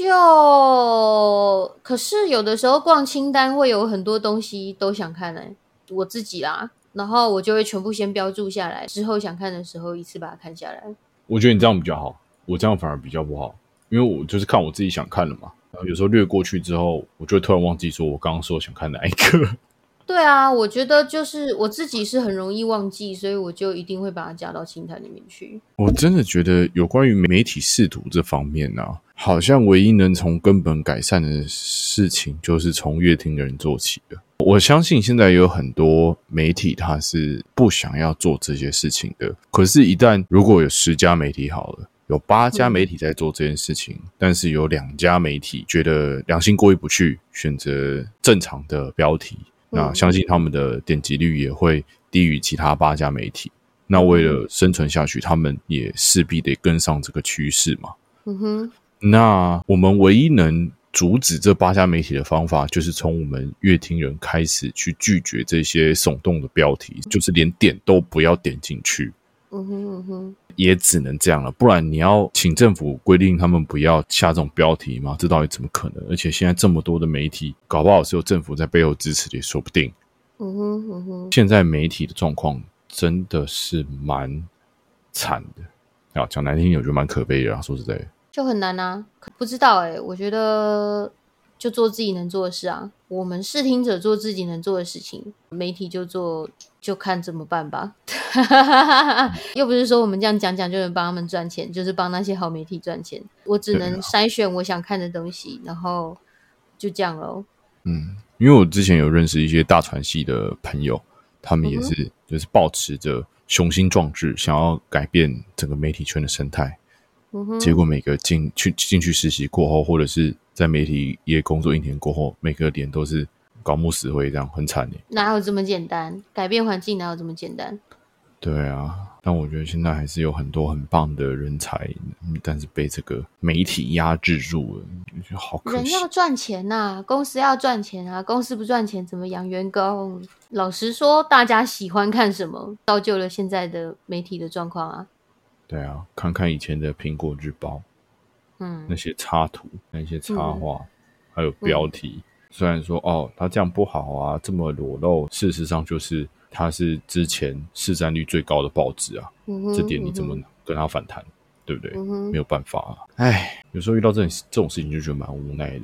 就可是有的时候逛清单会有很多东西都想看欸，我自己啦，然后我就会全部先标注下来，之后想看的时候一次把它看下来。 我觉得你这样比较好，我这样反而比较不好。因为我就是看我自己想看的嘛，然后有时候略过去之后，我就会突然忘记说我刚刚说想看哪一个。 对啊，我觉得就是我自己是很容易忘记，所以我就一定会把它加到清单里面去。 我真的觉得有关于媒体识图这方面啊，好像唯一能从根本改善的事情，就是从乐听的人做起的。我相信现在有很多媒体他是不想要做这些事情的，可是一旦如果有十家媒体好了，有八家媒体在做这件事情，嗯、但是有两家媒体觉得良心过意不去，选择正常的标题，嗯、那相信他们的点击率也会低于其他八家媒体。那为了生存下去，他们也势必得跟上这个趋势嘛。 嗯哼， 那我们唯一能阻止这八家媒体的方法，就是从我们乐听人开始去拒绝这些耸动的标题，就是连点都不要点进去。 嗯哼嗯哼， 也只能这样了，不然你要请政府规定他们不要下这种标题吗？这到底怎么可能？而且现在这么多的媒体，搞不好是有政府在背后支持的，也说不定。 嗯哼嗯哼， 现在媒体的状况真的是蛮惨的，啊，讲难听点，我觉得蛮可悲的啊。说实在的， 就很难啊，不知道欸，我觉得就做自己能做的事啊。我们视听者做自己能做的事情，媒体就做，就看怎么办吧。又不是说我们这样讲讲就能帮他们赚钱，就是帮那些好媒体赚钱。我只能筛选我想看的东西，然后就这样咯。 嗯，因为我之前有认识一些大传系的朋友，他们也是、嗯、就是抱持着雄心壮志，想要改变整个媒体圈的生态。嗯、结果每个进去进去实习过后，或者是在媒体业工作一年过后，每个脸都是高木死灰，这样很惨耶。 哪有这么简单？改变环境哪有这么简单？ 对啊，但我觉得现在还是有很多很棒的人才，但是被这个媒体压制住了，就好可惜。 人要赚钱啊，公司要赚钱啊，公司不赚钱怎么养员工？老实说，大家喜欢看什么，造就了现在的媒体的状况啊。 对啊，看看以前的苹果日报，嗯，那些插图、那些插画，嗯、还有标题，嗯、虽然说哦，他这样不好啊，这么裸露，事实上就是他是之前市占率最高的报纸啊，嗯、这点你怎么跟他反弹，嗯、对不对？嗯、没有办法啊，哎，有时候遇到这种这种事情就觉得蛮无奈的。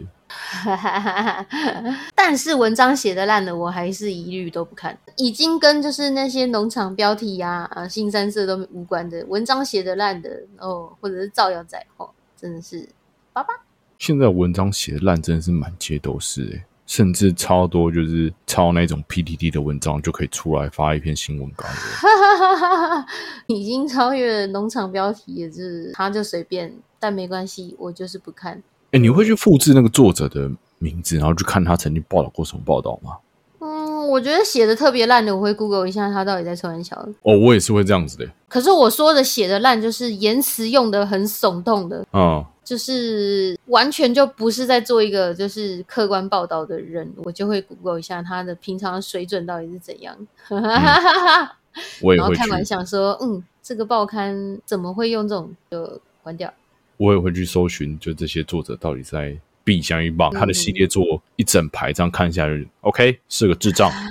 但是文章写的烂的我还是一律都不看，已经跟就是那些农场标题啊啊新三色都无关的文章写的烂的哦，或者是造谣仔哦，真的是爸爸。 现在文章写的烂真的是满街都是耶，甚至超多就是抄那种 P T T 的文章就可以出来发一篇新闻稿已经超越农场标题，也是他就随便，但没关系，我就是不看。 欸，你会去复制那个作者的名字，然后去看他曾经报道过什么报道吗？ 嗯，我觉得写的特别烂的，我会 Google 一下他到底在冲三小。 哦，我也是会这样子的。 可是我说的写的烂，就是言辞用的很耸动的，嗯， 就是完全就不是在做一个就是客观报道的人，我就会 Google 一下他的平常的水准到底是怎样。嗯、 我也会去， 然后看完想说，嗯，这个报刊怎么会用这种，就关掉。 我也会去搜寻，就这些作者到底在必相一棒，他的系列作一整排这样看下来 ，OK 是个智障。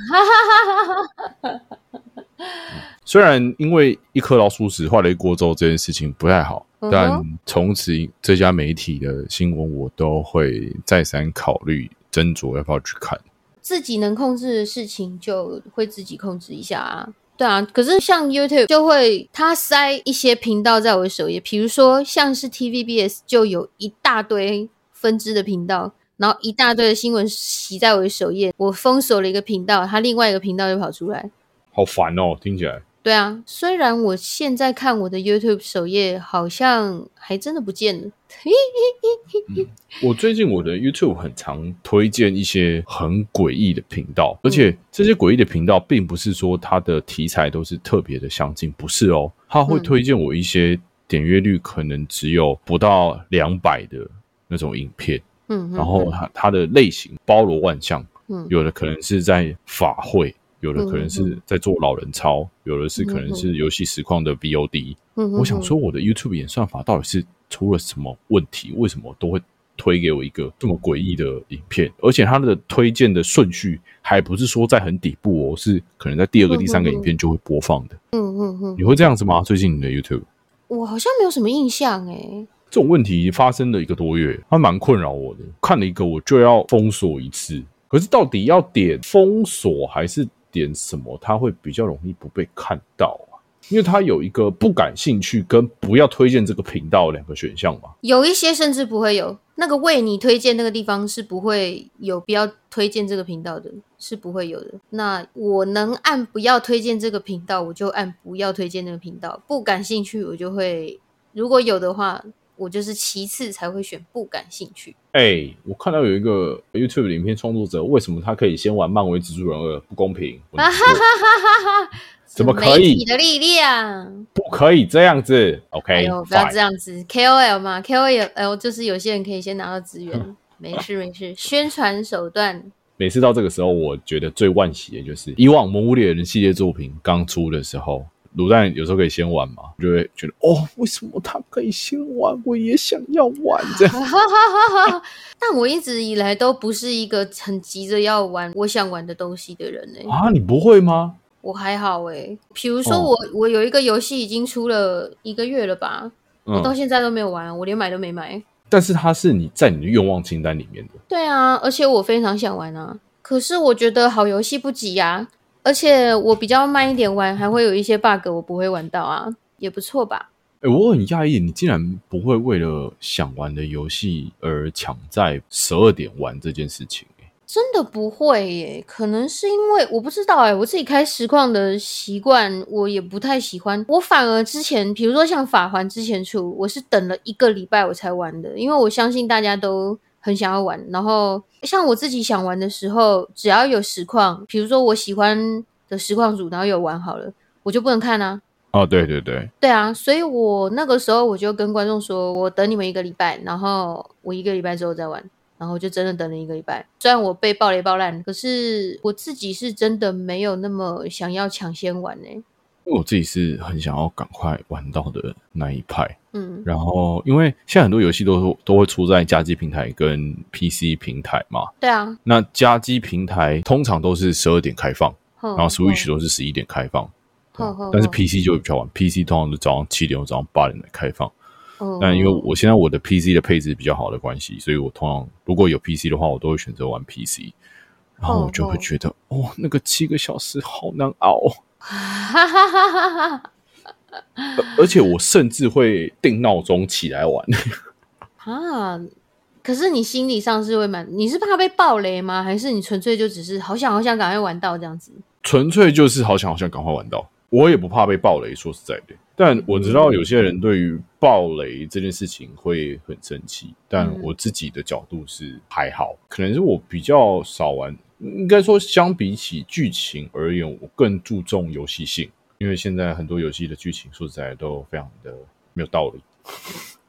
虽然因为一颗老鼠屎坏了一锅粥这件事情不太好，嗯、但从此这家媒体的新闻我都会再三考虑斟酌要不要去看。 自己能控制的事情就会自己控制一下啊。对啊，可是像 YouTube 就会他塞一些频道在我的首页，比如说像是 T V B S 就有一大堆分支的频道，然后一大堆的新闻洗在我的首页，我封锁了一个频道，他另外一个频道就跑出来， 好烦哦，听起来。 对啊，虽然我现在看我的 YouTube 首页好像还真的不见了、 嗯、我最近我的 YouTube 很常推荐一些很诡异的频道，而且这些诡异的频道并不是说它的题材都是特别的相近，不是哦，它会推荐我一些点阅率可能只有不到两百的那种影片，嗯，然后它它的类型包罗万象，嗯，有的可能是在法会，有的可能是在做老人操，有的是可能是游戏实况的 V O D。我想说，我的 YouTube 演算法到底是出了什么问题？为什么都会推给我一个这么诡异的影片？而且它的推荐的顺序还不是说在很底部哦，是可能在第二个、第三个影片就会播放的。嗯嗯嗯，你会这样子吗？最近你的 YouTube？ 我好像没有什么印象诶。 这种问题发生了一个多月，它蛮困扰我的。看了一个我就要封锁一次，可是到底要点封锁还是点什么，它会比较容易不被看到啊？因为它有一个不感兴趣跟不要推荐这个频道两个选项嘛。 有一些甚至不会有，那个为你推荐那个地方是不会有不要推荐这个频道的，是不会有的。那我能按不要推荐这个频道，我就按不要推荐那个频道。不感兴趣我就会，如果有的话我就是其次才会选不感兴趣。 哎、欸，我看到有一个 YouTube 的影片创作者，为什么他可以先玩漫威蜘蛛人二？不公平！怎么可以？ 媒体的力量不可以这样子。OK， 哎呦，不要这样子。K O L 嘛 ，K O L 就是有些人可以先拿到资源，没事没事，宣传手段。 每次到这个时候，我觉得最惋惜的就是以往《魔物猎人》系列作品刚出的时候。卤蛋有时候可以先玩嘛，就会觉得哦，为什么他可以先玩，我也想要玩这样。 但我一直以来都不是一个很急着要玩我想玩的东西的人欸。 啊，你不会吗？ 我还好欸，比如说我、哦、我有一个游戏已经出了一个月了吧，嗯、我到现在都没有玩，我连买都没买。 但是它是你在你的愿望清单里面的。 对啊，而且我非常想玩啊，可是我觉得好游戏不急啊。而且我比较慢一点玩，还会有一些 bug 我不会玩到啊，也不错吧。 欸、我很讶异你竟然不会为了想玩的游戏而抢在十二点玩这件事情。 真的不会耶，可能是因为我不知道耶，我自己开实况的习惯我也不太喜欢。我反而之前比如说像法环之前出，我是等了一个礼拜我才玩的，因为我相信大家都很想要玩，然后像我自己想玩的时候，只要有实况，比如说我喜欢的实况组然后有玩好了，我就不能看啊。 哦，对对对对啊，所以我那个时候我就跟观众说，我等你们一个礼拜，然后我一个礼拜之后再玩，然后就真的等了一个礼拜。虽然我被爆雷爆烂，可是我自己是真的没有那么想要抢先玩欸。 我自己是很想要赶快玩到的那一派，嗯，然后因为现在很多游戏都都会出在家机平台跟 P C 平台嘛， 对啊， 那家机平台通常都是十二点开放，然后 Switch 都是十一点开放，但是 P C 就会比较晚 ，P C 通常是早上七点或早上八点来开放。但因为我现在我的 P C 的配置比较好的关系，所以我通常如果有 P C 的话，我都会选择玩 P C， 然后我就会觉得，哦，那个七个小时好难熬。而且我甚至会定闹钟起来玩啊！可是你心理上是会蛮，你是怕被爆雷吗？还是你纯粹就只是好想好想赶快玩到这样子？ 纯粹就是好想好想赶快玩到，我也不怕被爆雷，说实在的。但我知道有些人对于爆雷这件事情会很生气，但我自己的角度是还好，可能是我比较少玩。应该说相比起剧情而言，我更注重游戏性，因为现在很多游戏的剧情说实在都非常的没有道理。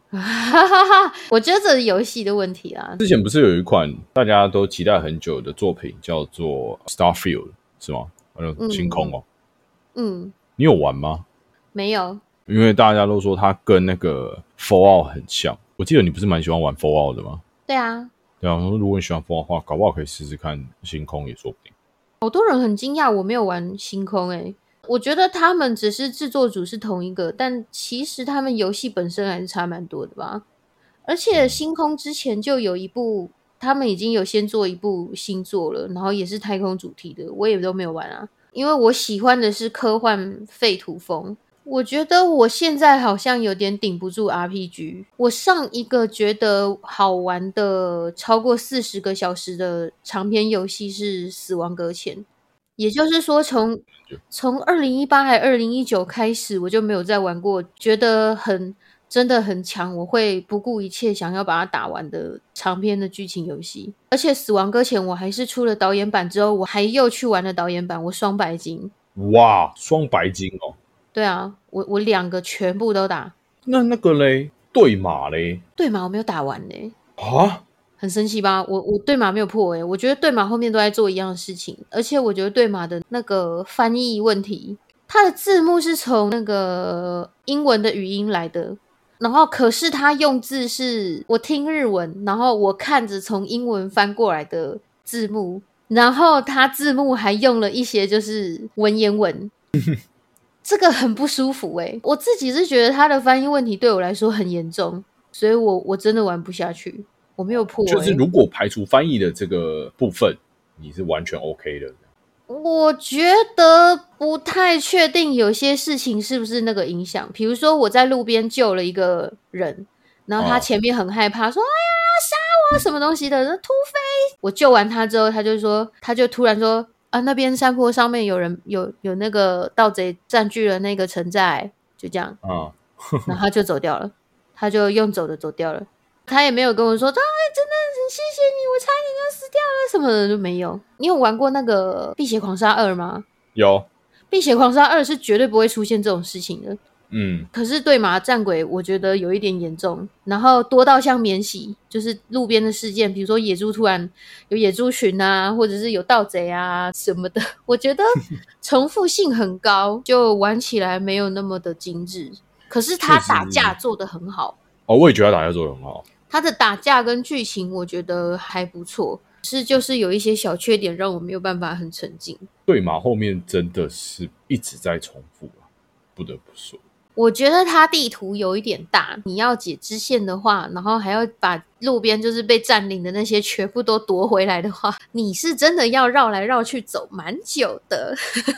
我觉得这是游戏的问题啦。 之前不是有一款大家都期待很久的作品叫做 Starfield 是吗？嗯，星空哦。 嗯， 你有玩吗？ 没有， 因为大家都说它跟那个 Fallout 很像。我记得你不是蛮喜欢玩 Fallout 的吗？ 对啊。 对啊，如果你喜欢 Fallout 的话，搞不好可以试试看星空也说不定。 好多人很惊讶我没有玩星空诶、欸，我觉得他们只是制作组是同一个，但其实他们游戏本身还是差蛮多的吧。而且星空之前就有一部，他们已经有先做一部新作了，然后也是太空主题的，我也都没有玩啊，因为我喜欢的是科幻废土风。我觉得我现在好像有点顶不住 R P G。我上一个觉得好玩的超过四十个小时的长篇游戏是《死亡搁浅》，也就是说从从二零一八还二零一九开始，我就没有再玩过觉得很真的很强，我会不顾一切想要把它打完的长篇的剧情游戏。而且《死亡搁浅》我还是出了导演版之后，我还又去玩了导演版，我双白金。 哇，双白金哦。 对啊，我我两个全部都打。 那那个嘞，对马嘞？ 对马我没有打完嘞。 啊， 很生气吧？我我对马没有破诶、欸，我觉得对马后面都在做一样的事情，而且我觉得对马的那个翻译问题，它的字幕是从那个英文的语音来的，然后可是它用字是我听日文，然后我看着从英文翻过来的字幕，然后它字幕还用了一些就是文言文。这个很不舒服诶、欸，我自己是觉得它的翻译问题对我来说很严重，所以我我真的玩不下去，我没有破、欸。 就是如果排除翻译的这个部分，你是完全 OK 的。 我觉得不太确定有些事情是不是那个影响，比如说我在路边救了一个人，然后他前面很害怕说、哦、哎呀杀我什么东西的突飞，我救完他之后他就说他就突然说啊，那边山坡上面有人有有那个盗贼占据了那个城寨，就这样， 啊， 然后他就走掉了，他就用走的走掉了，他也没有跟我说，哎，真的很谢谢你，我差点要死掉了什么的都没有。你有玩过那个《碧血狂杀二》吗？ 有， 《碧血狂杀二》是绝对不会出现这种事情的。 嗯， 可是对马战鬼我觉得有一点严重，然后多到像免洗，就是路边的事件，比如说野猪突然有野猪群啊，或者是有盗贼啊什么的，我觉得重复性很高，就玩起来没有那么的精致。可是他打架做得很好哦，我也觉得他打架做得很好， 他的打架跟剧情我觉得还不错，是就是有一些小缺点让我没有办法很沉浸。 对马后面真的是一直在重复啊，不得不说。 我觉得它地图有一点大，你要解支线的话，然后还要把路边就是被占领的那些全部都夺回来的话，你是真的要绕来绕去走蛮久的。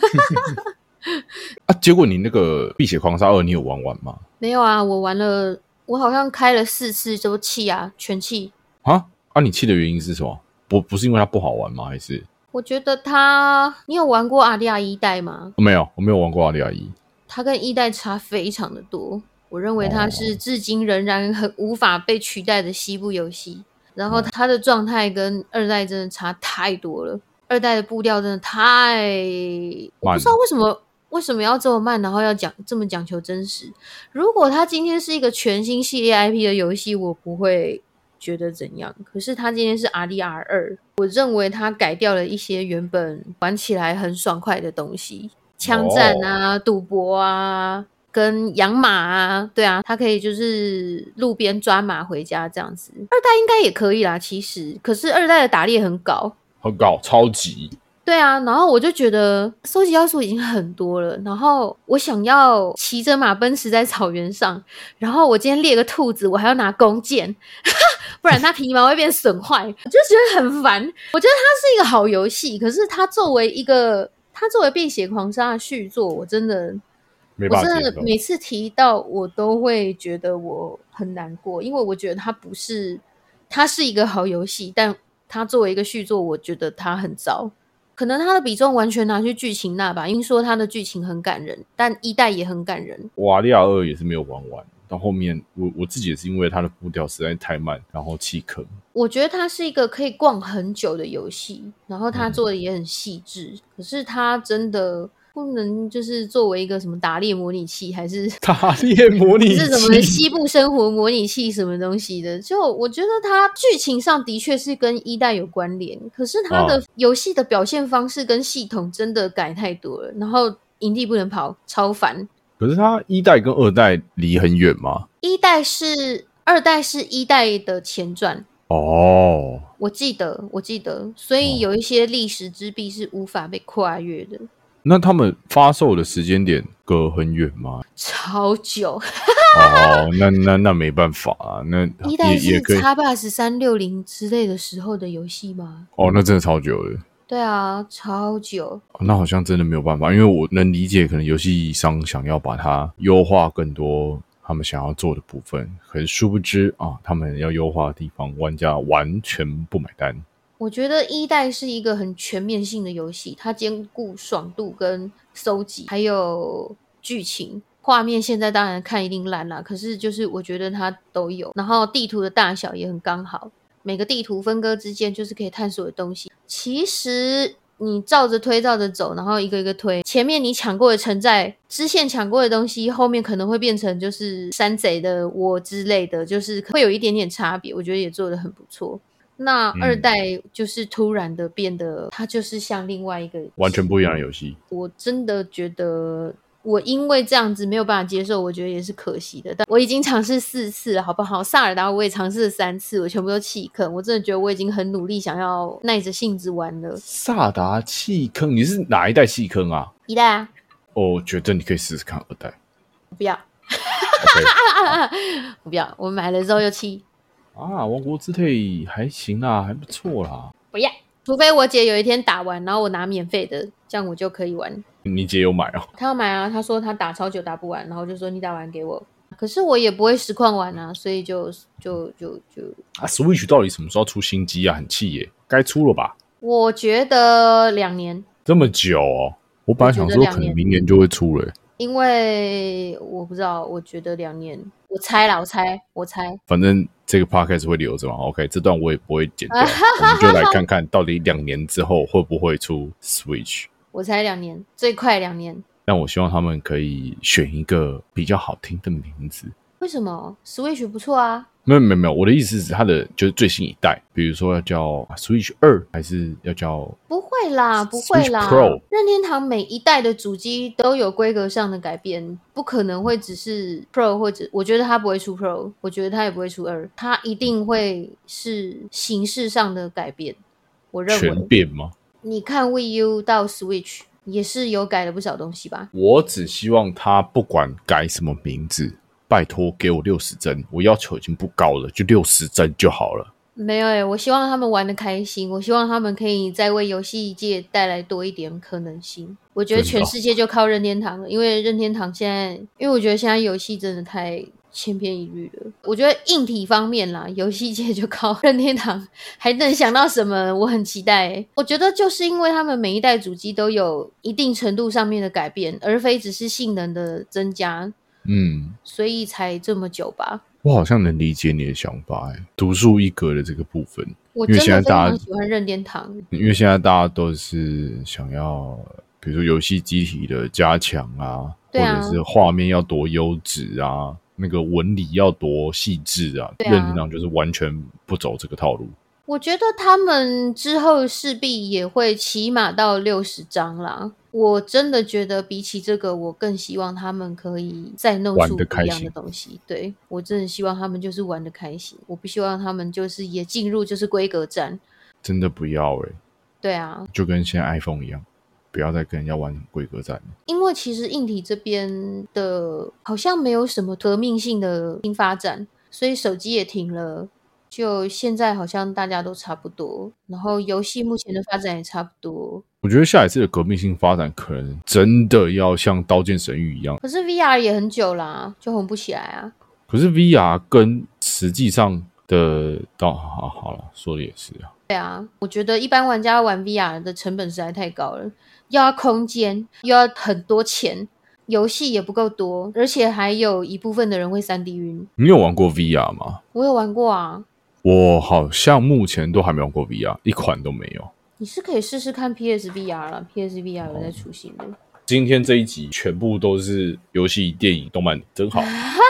啊，结果你那个《碧血狂杀二》你有玩完吗？ 没有啊，我玩了，我好像开了四次都气啊，全气。 啊啊！你气的原因是什么？不不是因为它不好玩吗？还是我觉得它，你有玩过阿利亚一代吗？ 哦、没有，我没有玩过阿利亚一。 它跟一代差非常的多，我认为它是至今仍然很无法被取代的西部游戏。然后它的状态跟二代真的差太多了，二代的步调真的太……我不知道为什么为什么要这么慢，然后要讲这么讲求真实。如果它今天是一个全新系列 I P 的游戏，我不会觉得怎样。可是它今天是 R D R 二，我认为它改掉了一些原本玩起来很爽快的东西。枪战啊，赌博啊，跟养马啊，对啊，他可以就是路边抓马回家这样子。二代应该也可以啦，其实，可是二代的打猎很搞， 很搞，超级。 对啊，然后我就觉得收集要素已经很多了，然后我想要骑着马奔驰在草原上，然后我今天猎个兔子，我还要拿弓箭，不然它皮毛会变损坏，我就觉得很烦。我觉得它是一个好游戏，可是它作为一个。他作为《碧血狂杀》的续作，我真的， 没办法接受， 我真的每次提到我都会觉得我很难过，因为我觉得它不是，它是一个好游戏，但它作为一个续作，我觉得它很糟。可能它的比重完全拿去剧情那吧，因为说它的剧情很感人，但一代也很感人。 瓦利亚二也是没有玩完。到后面我我自己也是因为它的步调实在太慢，然后弃坑。 我觉得它是一个可以逛很久的游戏，然后它做的也很细致、嗯、可是它真的不能就是作为一个什么打猎模拟器，还是打猎模拟器， 是什么西部生活模拟器什么东西的？就我觉得它剧情上的确是跟一代有关联，可是它的游戏的表现方式跟系统真的改太多了，然后营地不能跑，超烦。 可是它一代跟二代离很远吗？ 一代是二代是一代的前传哦， 我记得我记得，所以有一些历史之壁是无法被跨越的。 那他们发售的时间点隔很远吗？ 超久哦，那那那没办法啊，那一代是也可以 Xbox 三六零之类的时候的游戏吗？ 哦，那真的超久的。 对啊，超久、 哦。那好像真的没有办法，因为我能理解，可能游戏商想要把它优化更多他们想要做的部分，可是殊不知啊，他们要优化的地方，玩家完全不买单。 我觉得一代是一个很全面性的游戏，它兼顾爽度跟收集，还有剧情。画面现在当然看一定烂啦，可是就是我觉得它都有，然后地图的大小也很刚好，每个地图分割之间就是可以探索的东西。其实你照着推照着走，然后一个一个推，前面你抢过的城寨支线抢过的东西，后面可能会变成就是山贼的窝之类的，就是会有一点点差别，我觉得也做得很不错。那二代就是突然的变得、嗯、它就是像另外一个完全不一样的游戏。 我真的觉得我因为这样子没有办法接受，我觉得也是可惜的。但我已经尝试四次了好不好，萨尔达我也尝试了三次，我全部都弃坑。我真的觉得我已经很努力想要耐着性子玩了。 萨尔达弃坑？你是哪一代弃坑啊？ 一代啊。 我觉得你可以试试看二代。 不要我不要，我买了之后又弃啊，王国之泪还行啦，还不错啦。 不要，除非我姐有一天打完，然后我拿免费的，这样我就可以玩。 你姐有买哦？ 她要买啊，她说她打超久打不完，然后就说你打完给我。可是我也不会实况玩啊，所以就就就就啊 ，Switch 到底什么时候出新机啊？很气耶，该出了吧？ 我觉得两年。 这么久哦？我本来想说可能明年就会出了耶。 因为我不知道，我觉得两年，我猜啦，我猜，我猜， 反正这个 podcast 会留着嘛 ，OK， 这段我也不会剪掉，我们就来看看到底两年之后会不会出 Switch。 我猜两年，最快两年。 但我希望他们可以选一个比较好听的名字。 为什么 Switch 不错啊？ 没有没有没有，我的意思是它的就是最新一代，比如说要叫 Switch 二，还是要叫？ 不会啦，不会啦。Pro 任天堂每一代的主机都有规格上的改变，不可能会只是 Pro 或者，我觉得它不会出 Pro， 我觉得它也不会出二，它一定会是形式上的改变。我认为全变吗？ 你看 Wii U 到 Switch 也是有改了不少东西吧？ 我只希望它不管改什么名字。拜托给我六十帧，我要求已经不高了，就六十帧就好了。 没有耶、欸，我希望他们玩得开心，我希望他们可以再为游戏界带来多一点可能性。我觉得全世界就靠任天堂了，因为任天堂现在，因为我觉得现在游戏真的太千篇一律了。我觉得硬体方面啦，游戏界就靠任天堂，还能想到什么？我很期待、欸。我觉得就是因为他们每一代主机都有一定程度上面的改变，而非只是性能的增加。嗯，所以才这么久吧。 我好像能理解你的想法，哎，独树一格的这个部分。 我真的非常喜欢任天堂， 因为现在大家都是想要，比如说游戏机体的加强啊， 对啊， 或者是画面要多优质啊，那个纹理要多细致啊，任天堂就是完全不走这个套路。 我觉得他们之后势必也会起码到六十张啦。我真的觉得比起这个，我更希望他们可以再弄出不一样的东西。对，我真的希望他们就是玩得开心，我不希望他们就是也进入就是规格战。 真的不要欸。 对啊， 就跟现在 iPhone 一样，不要再跟人家玩规格战了。 因为其实硬体这边的好像没有什么革命性的新发展，所以手机也停了。就现在好像大家都差不多，然后游戏目前的发展也差不多。 我觉得下一次的革命性发展可能真的要像刀剑神域一样。 可是 V R 也很久啦、啊，就红不起来啊。 可是 V R 跟实际上的到好好了，说的也是啊。 对啊，我觉得一般玩家玩 V R 的成本实在太高了，又要空间，又要很多钱，游戏也不够多，而且还有一部分的人会 三 D 晕。 你有玩过 V R 吗？ 我有玩过啊。 我好像目前都还没玩过 V R， 一款都没有。 你是可以试试看 P S V R 啦， P S V R 有在出新的。 今天这一集全部都是游戏、电影、动漫，真好。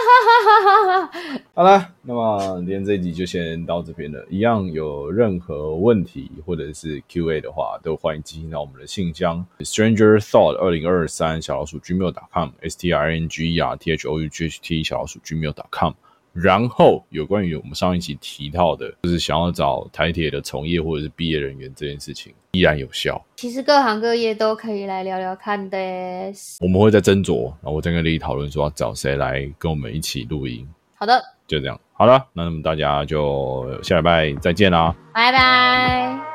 好了，那么今天这一集就先到这边了。一样有任何问题或者是 Q A 的话，都欢迎寄信到我们的信箱 stranger thought 二零二三 小老鼠 gmail 点 com s t r n g e r t h o u g h t 小老鼠 gmail 点 com。然后有关于我们上一期提到的，就是想要找台铁的从业或者是毕业人员这件事情，依然有效。 其实各行各业都可以来聊聊看的。 我们会再斟酌，然后我再跟丽丽讨论说要找谁来跟我们一起录音。 好的， 就这样。好了，那么大家就下礼拜再见啦， 拜拜。